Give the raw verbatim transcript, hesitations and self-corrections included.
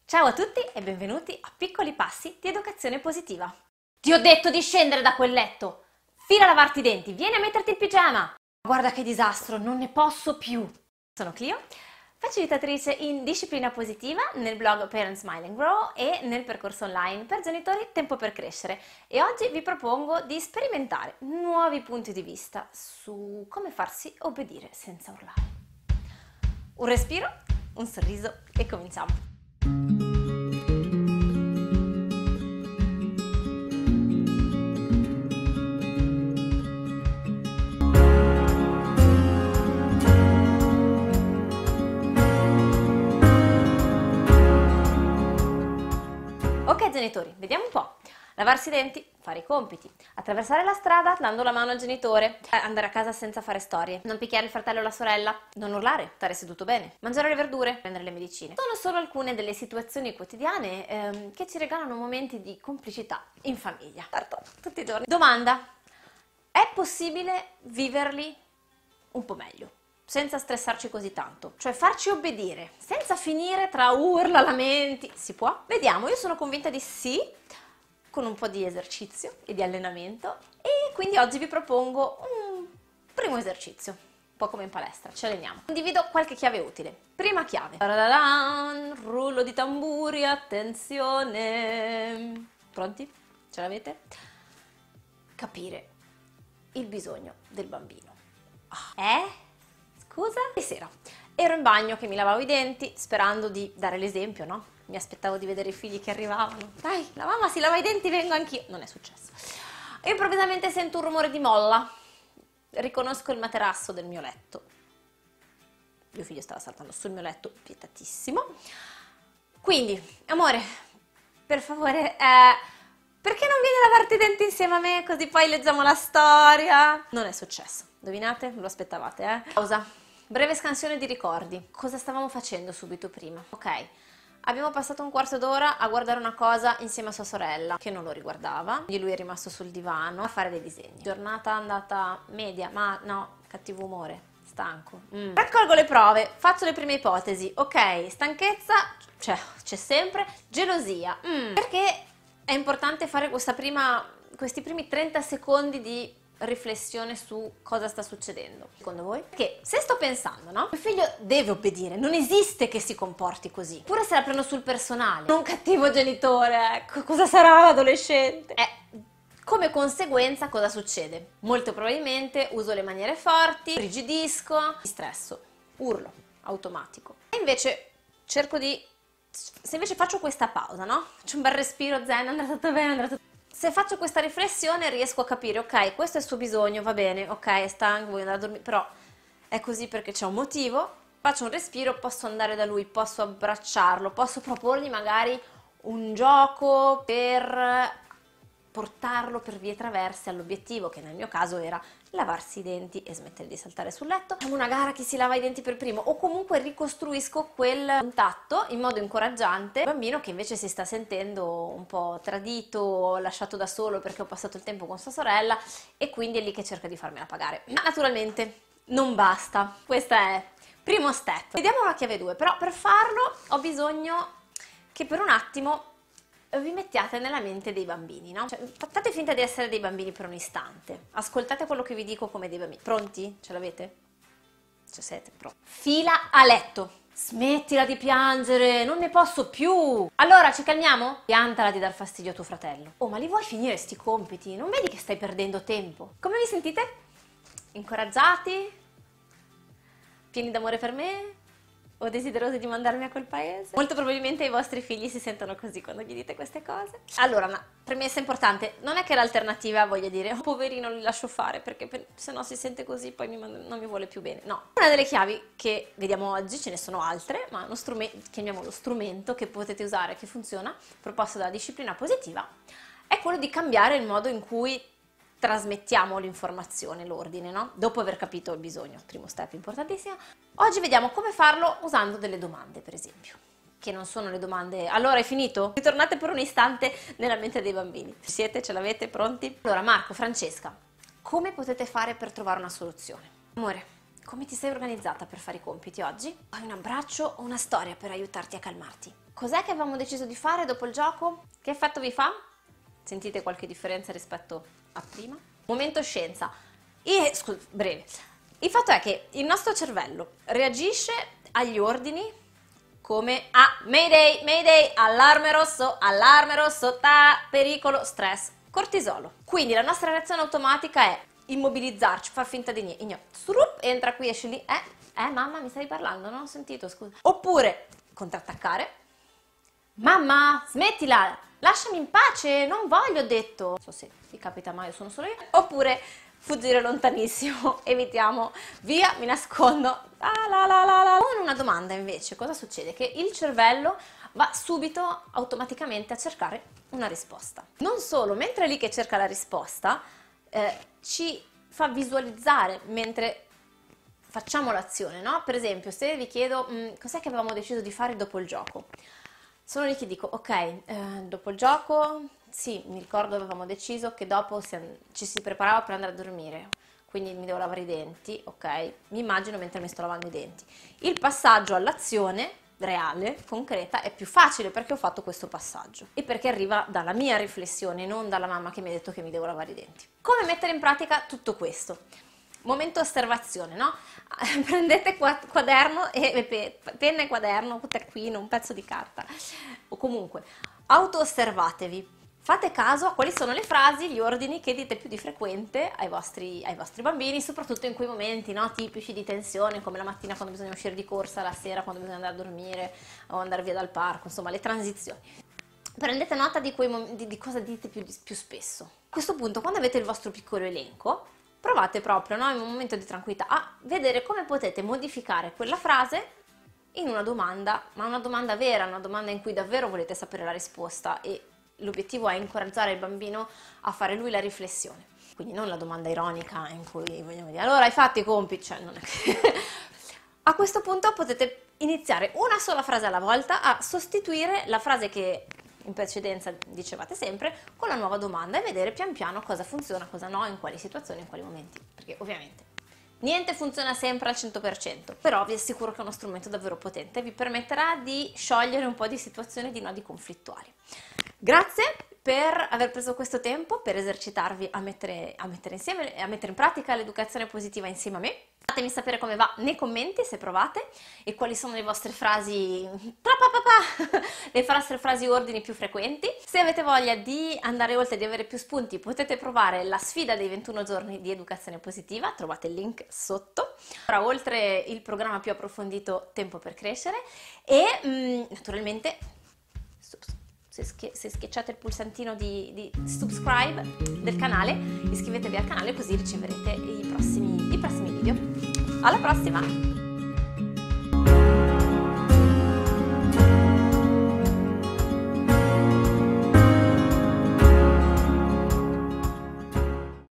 Ciao a tutti e benvenuti a Piccoli Passi di Educazione Positiva. Ti ho detto di scendere da quel letto! Fila a lavarti i denti, vieni a metterti il pigiama! Guarda che disastro, non ne posso più! Sono Clio, facilitatrice in disciplina positiva nel blog Parent Smile and Grow e nel percorso online per genitori Tempo per Crescere, e oggi vi propongo di sperimentare nuovi punti di vista su come farsi obbedire senza urlare. Un respiro, un sorriso e cominciamo! Ok genitori, vediamo un po'. Lavarsi i denti, fare i compiti, attraversare la strada dando la mano al genitore, andare a casa senza fare storie, non picchiare il fratello o la sorella, non urlare, stare seduto bene, mangiare le verdure, prendere le medicine. Sono solo alcune delle situazioni quotidiane ehm, che ci regalano momenti di complicità in famiglia. Certo, tutti i giorni. Domanda: è possibile viverli un po' meglio? Senza stressarci così tanto, cioè farci obbedire senza finire tra urla, lamenti, si può? Vediamo, io sono convinta di sì, con un po' di esercizio e di allenamento, e quindi oggi vi propongo un primo esercizio, un po' come in palestra, ci alleniamo. Condivido qualche chiave utile. Prima chiave, rullo di tamburi, attenzione, pronti? Ce l'avete? Capire il bisogno del bambino. Eh? Scusa? Di sera ero in bagno che mi lavavo i denti sperando di dare l'esempio, no? Mi aspettavo di vedere i figli che arrivavano. Dai, la mamma si lava i denti, vengo anch'io. Non è successo. E improvvisamente sento un rumore di molla. Riconosco il materasso del mio letto. Mio figlio stava saltando sul mio letto, pietatissimo. Quindi, amore, per favore, eh, perché non vieni a lavarti i denti insieme a me, così poi leggiamo la storia? Non è successo. Indovinate? Lo aspettavate, eh? Pausa. Breve scansione di ricordi. Cosa stavamo facendo subito prima? Ok, abbiamo passato un quarto d'ora a guardare una cosa insieme a sua sorella, che non lo riguardava, quindi lui è rimasto sul divano a fare dei disegni. Giornata andata media, ma no, cattivo umore, stanco. Mm. Raccolgo le prove, faccio le prime ipotesi. Ok, stanchezza, cioè, c'è sempre. Gelosia. Mm. Perché è importante fare questa prima, questi primi trenta secondi di riflessione su cosa sta succedendo secondo voi? Perché se sto pensando, no? Mio figlio deve obbedire, non esiste che si comporti così, pure se la prendo sul personale, un cattivo genitore, ecco, cosa sarà l'adolescente? Eh, come conseguenza cosa succede? Molto probabilmente uso le maniere forti, rigidisco, mi stresso, urlo, automatico. E invece cerco di, se invece faccio questa pausa, no? Faccio un bel respiro zen, andrà tutto bene, andrà tutto. Se faccio questa riflessione riesco a capire, ok, questo è il suo bisogno, va bene, ok, è stanco, vuoi andare a dormire, però è così perché c'è un motivo, faccio un respiro, posso andare da lui, posso abbracciarlo, posso proporgli magari un gioco per portarlo per vie traverse all'obiettivo, che nel mio caso era lavarsi i denti e smettere di saltare sul letto. Facciamo una gara chi si lava i denti per primo, o comunque ricostruisco quel contatto in modo incoraggiante. Il bambino che invece si sta sentendo un po' tradito, lasciato da solo perché ho passato il tempo con sua sorella, e quindi è lì che cerca di farmela pagare. Ma naturalmente non basta, questo è primo step. Vediamo la chiave due, però per farlo ho bisogno che per un attimo vi mettiate nella mente dei bambini, no? Cioè, fate finta di essere dei bambini per un istante. Ascoltate quello che vi dico come dei bambini. Pronti? Ce l'avete? Ci siete? Pronti. Fila a letto. Smettila di piangere, non ne posso più. Allora, ci calmiamo? Piantala di dar fastidio a tuo fratello. Oh, ma li vuoi finire sti compiti? Non vedi che stai perdendo tempo? Come vi sentite? Incoraggiati? Pieni d'amore per me? O desiderosi di mandarmi a quel paese? Molto probabilmente i vostri figli si sentono così quando gli dite queste cose. Allora, una premessa importante, non è che l'alternativa voglia dire oh, poverino, li lascio fare perché se no si sente così poi mi manda, non mi vuole più bene. No. Una delle chiavi che vediamo oggi, ce ne sono altre, ma uno strumento, chiamiamolo strumento, che potete usare, che funziona, proposto dalla disciplina positiva, è quello di cambiare il modo in cui trasmettiamo l'informazione, l'ordine, no? Dopo aver capito il bisogno, primo step importantissimo. Oggi vediamo come farlo usando delle domande, per esempio, che non sono le domande allora hai finito? Ritornate per un istante nella mente dei bambini. Ci siete? Ce l'avete? Pronti? Allora Marco, Francesca, come potete fare per trovare una soluzione? Amore, come ti sei organizzata per fare i compiti oggi? Hai un abbraccio o una storia per aiutarti a calmarti? cos'è che avevamo deciso di fare dopo il gioco? Che effetto vi fa? Sentite qualche differenza rispetto a prima? Momento scienza. E, scusa, breve. Il fatto è che il nostro cervello reagisce agli ordini come a Mayday, Mayday, allarme rosso, allarme rosso, ta, pericolo, stress, cortisolo. Quindi la nostra reazione automatica è immobilizzarci, far finta di niente, igno, strup, entra qui, esce lì, eh, eh mamma mi stai parlando, non ho sentito, scusa. Oppure contrattaccare, mamma smettila, lasciami in pace, non voglio, ho detto. Non so se vi capita mai, io sono solo io. Oppure fuggire lontanissimo, evitiamo, via, mi nascondo, ah, la, la, la, la. Con una domanda invece cosa succede? Che il cervello va subito automaticamente a cercare una risposta. Non solo, mentre è lì che cerca la risposta, eh, ci fa visualizzare mentre facciamo l'azione, no? Per esempio, se vi chiedo mh, cos'è che avevamo deciso di fare dopo il gioco, sono lì che dico, ok, eh, dopo il gioco, sì, mi ricordo avevamo deciso che dopo si, ci si preparava per andare a dormire, quindi mi devo lavare i denti, ok, mi immagino mentre mi sto lavando i denti. Il passaggio all'azione reale, concreta, è più facile perché ho fatto questo passaggio e perché arriva dalla mia riflessione, non dalla mamma che mi ha detto che mi devo lavare i denti. Come mettere in pratica tutto questo? Momento osservazione, no? Prendete quaderno e pe, penna e quaderno, un taccuino, un pezzo di carta o comunque auto-osservatevi. Fate caso a quali sono le frasi, gli ordini che dite più di frequente ai vostri, ai vostri bambini, soprattutto in quei momenti, no, tipici di tensione, come la mattina quando bisogna uscire di corsa, la sera quando bisogna andare a dormire o andare via dal parco, insomma le transizioni. Prendete nota di, quei, di, di cosa dite più, più spesso. A questo punto, quando avete il vostro piccolo elenco, provate proprio, no, in un momento di tranquillità a vedere come potete modificare quella frase in una domanda, ma una domanda vera, una domanda in cui davvero volete sapere la risposta e l'obiettivo è incoraggiare il bambino a fare lui la riflessione. Quindi non la domanda ironica in cui vogliamo dire allora hai fatto i compiti, cioè non è che... A questo punto potete iniziare una sola frase alla volta a sostituire la frase che in precedenza dicevate sempre con la nuova domanda e vedere pian piano cosa funziona, cosa no, in quali situazioni, in quali momenti. Perché ovviamente niente funziona sempre al cento per cento, però vi assicuro che è uno strumento davvero potente e vi permetterà di sciogliere un po' di situazioni, di nodi conflittuali. Grazie per aver preso questo tempo per esercitarvi a mettere, a mettere insieme e a mettere in pratica l'educazione positiva insieme a me. Fatemi sapere come va nei commenti se provate e quali sono le vostre frasi, le vostre frasi ordini più frequenti. Se avete voglia di andare oltre e di avere più spunti potete provare la sfida dei ventuno giorni di educazione positiva, trovate il link sotto. Ora, oltre il programma più approfondito Tempo per crescere e mh, naturalmente se schiacciate il pulsantino di, di subscribe del canale, iscrivetevi al canale così riceverete i prossimi, i prossimi video. Alla prossima!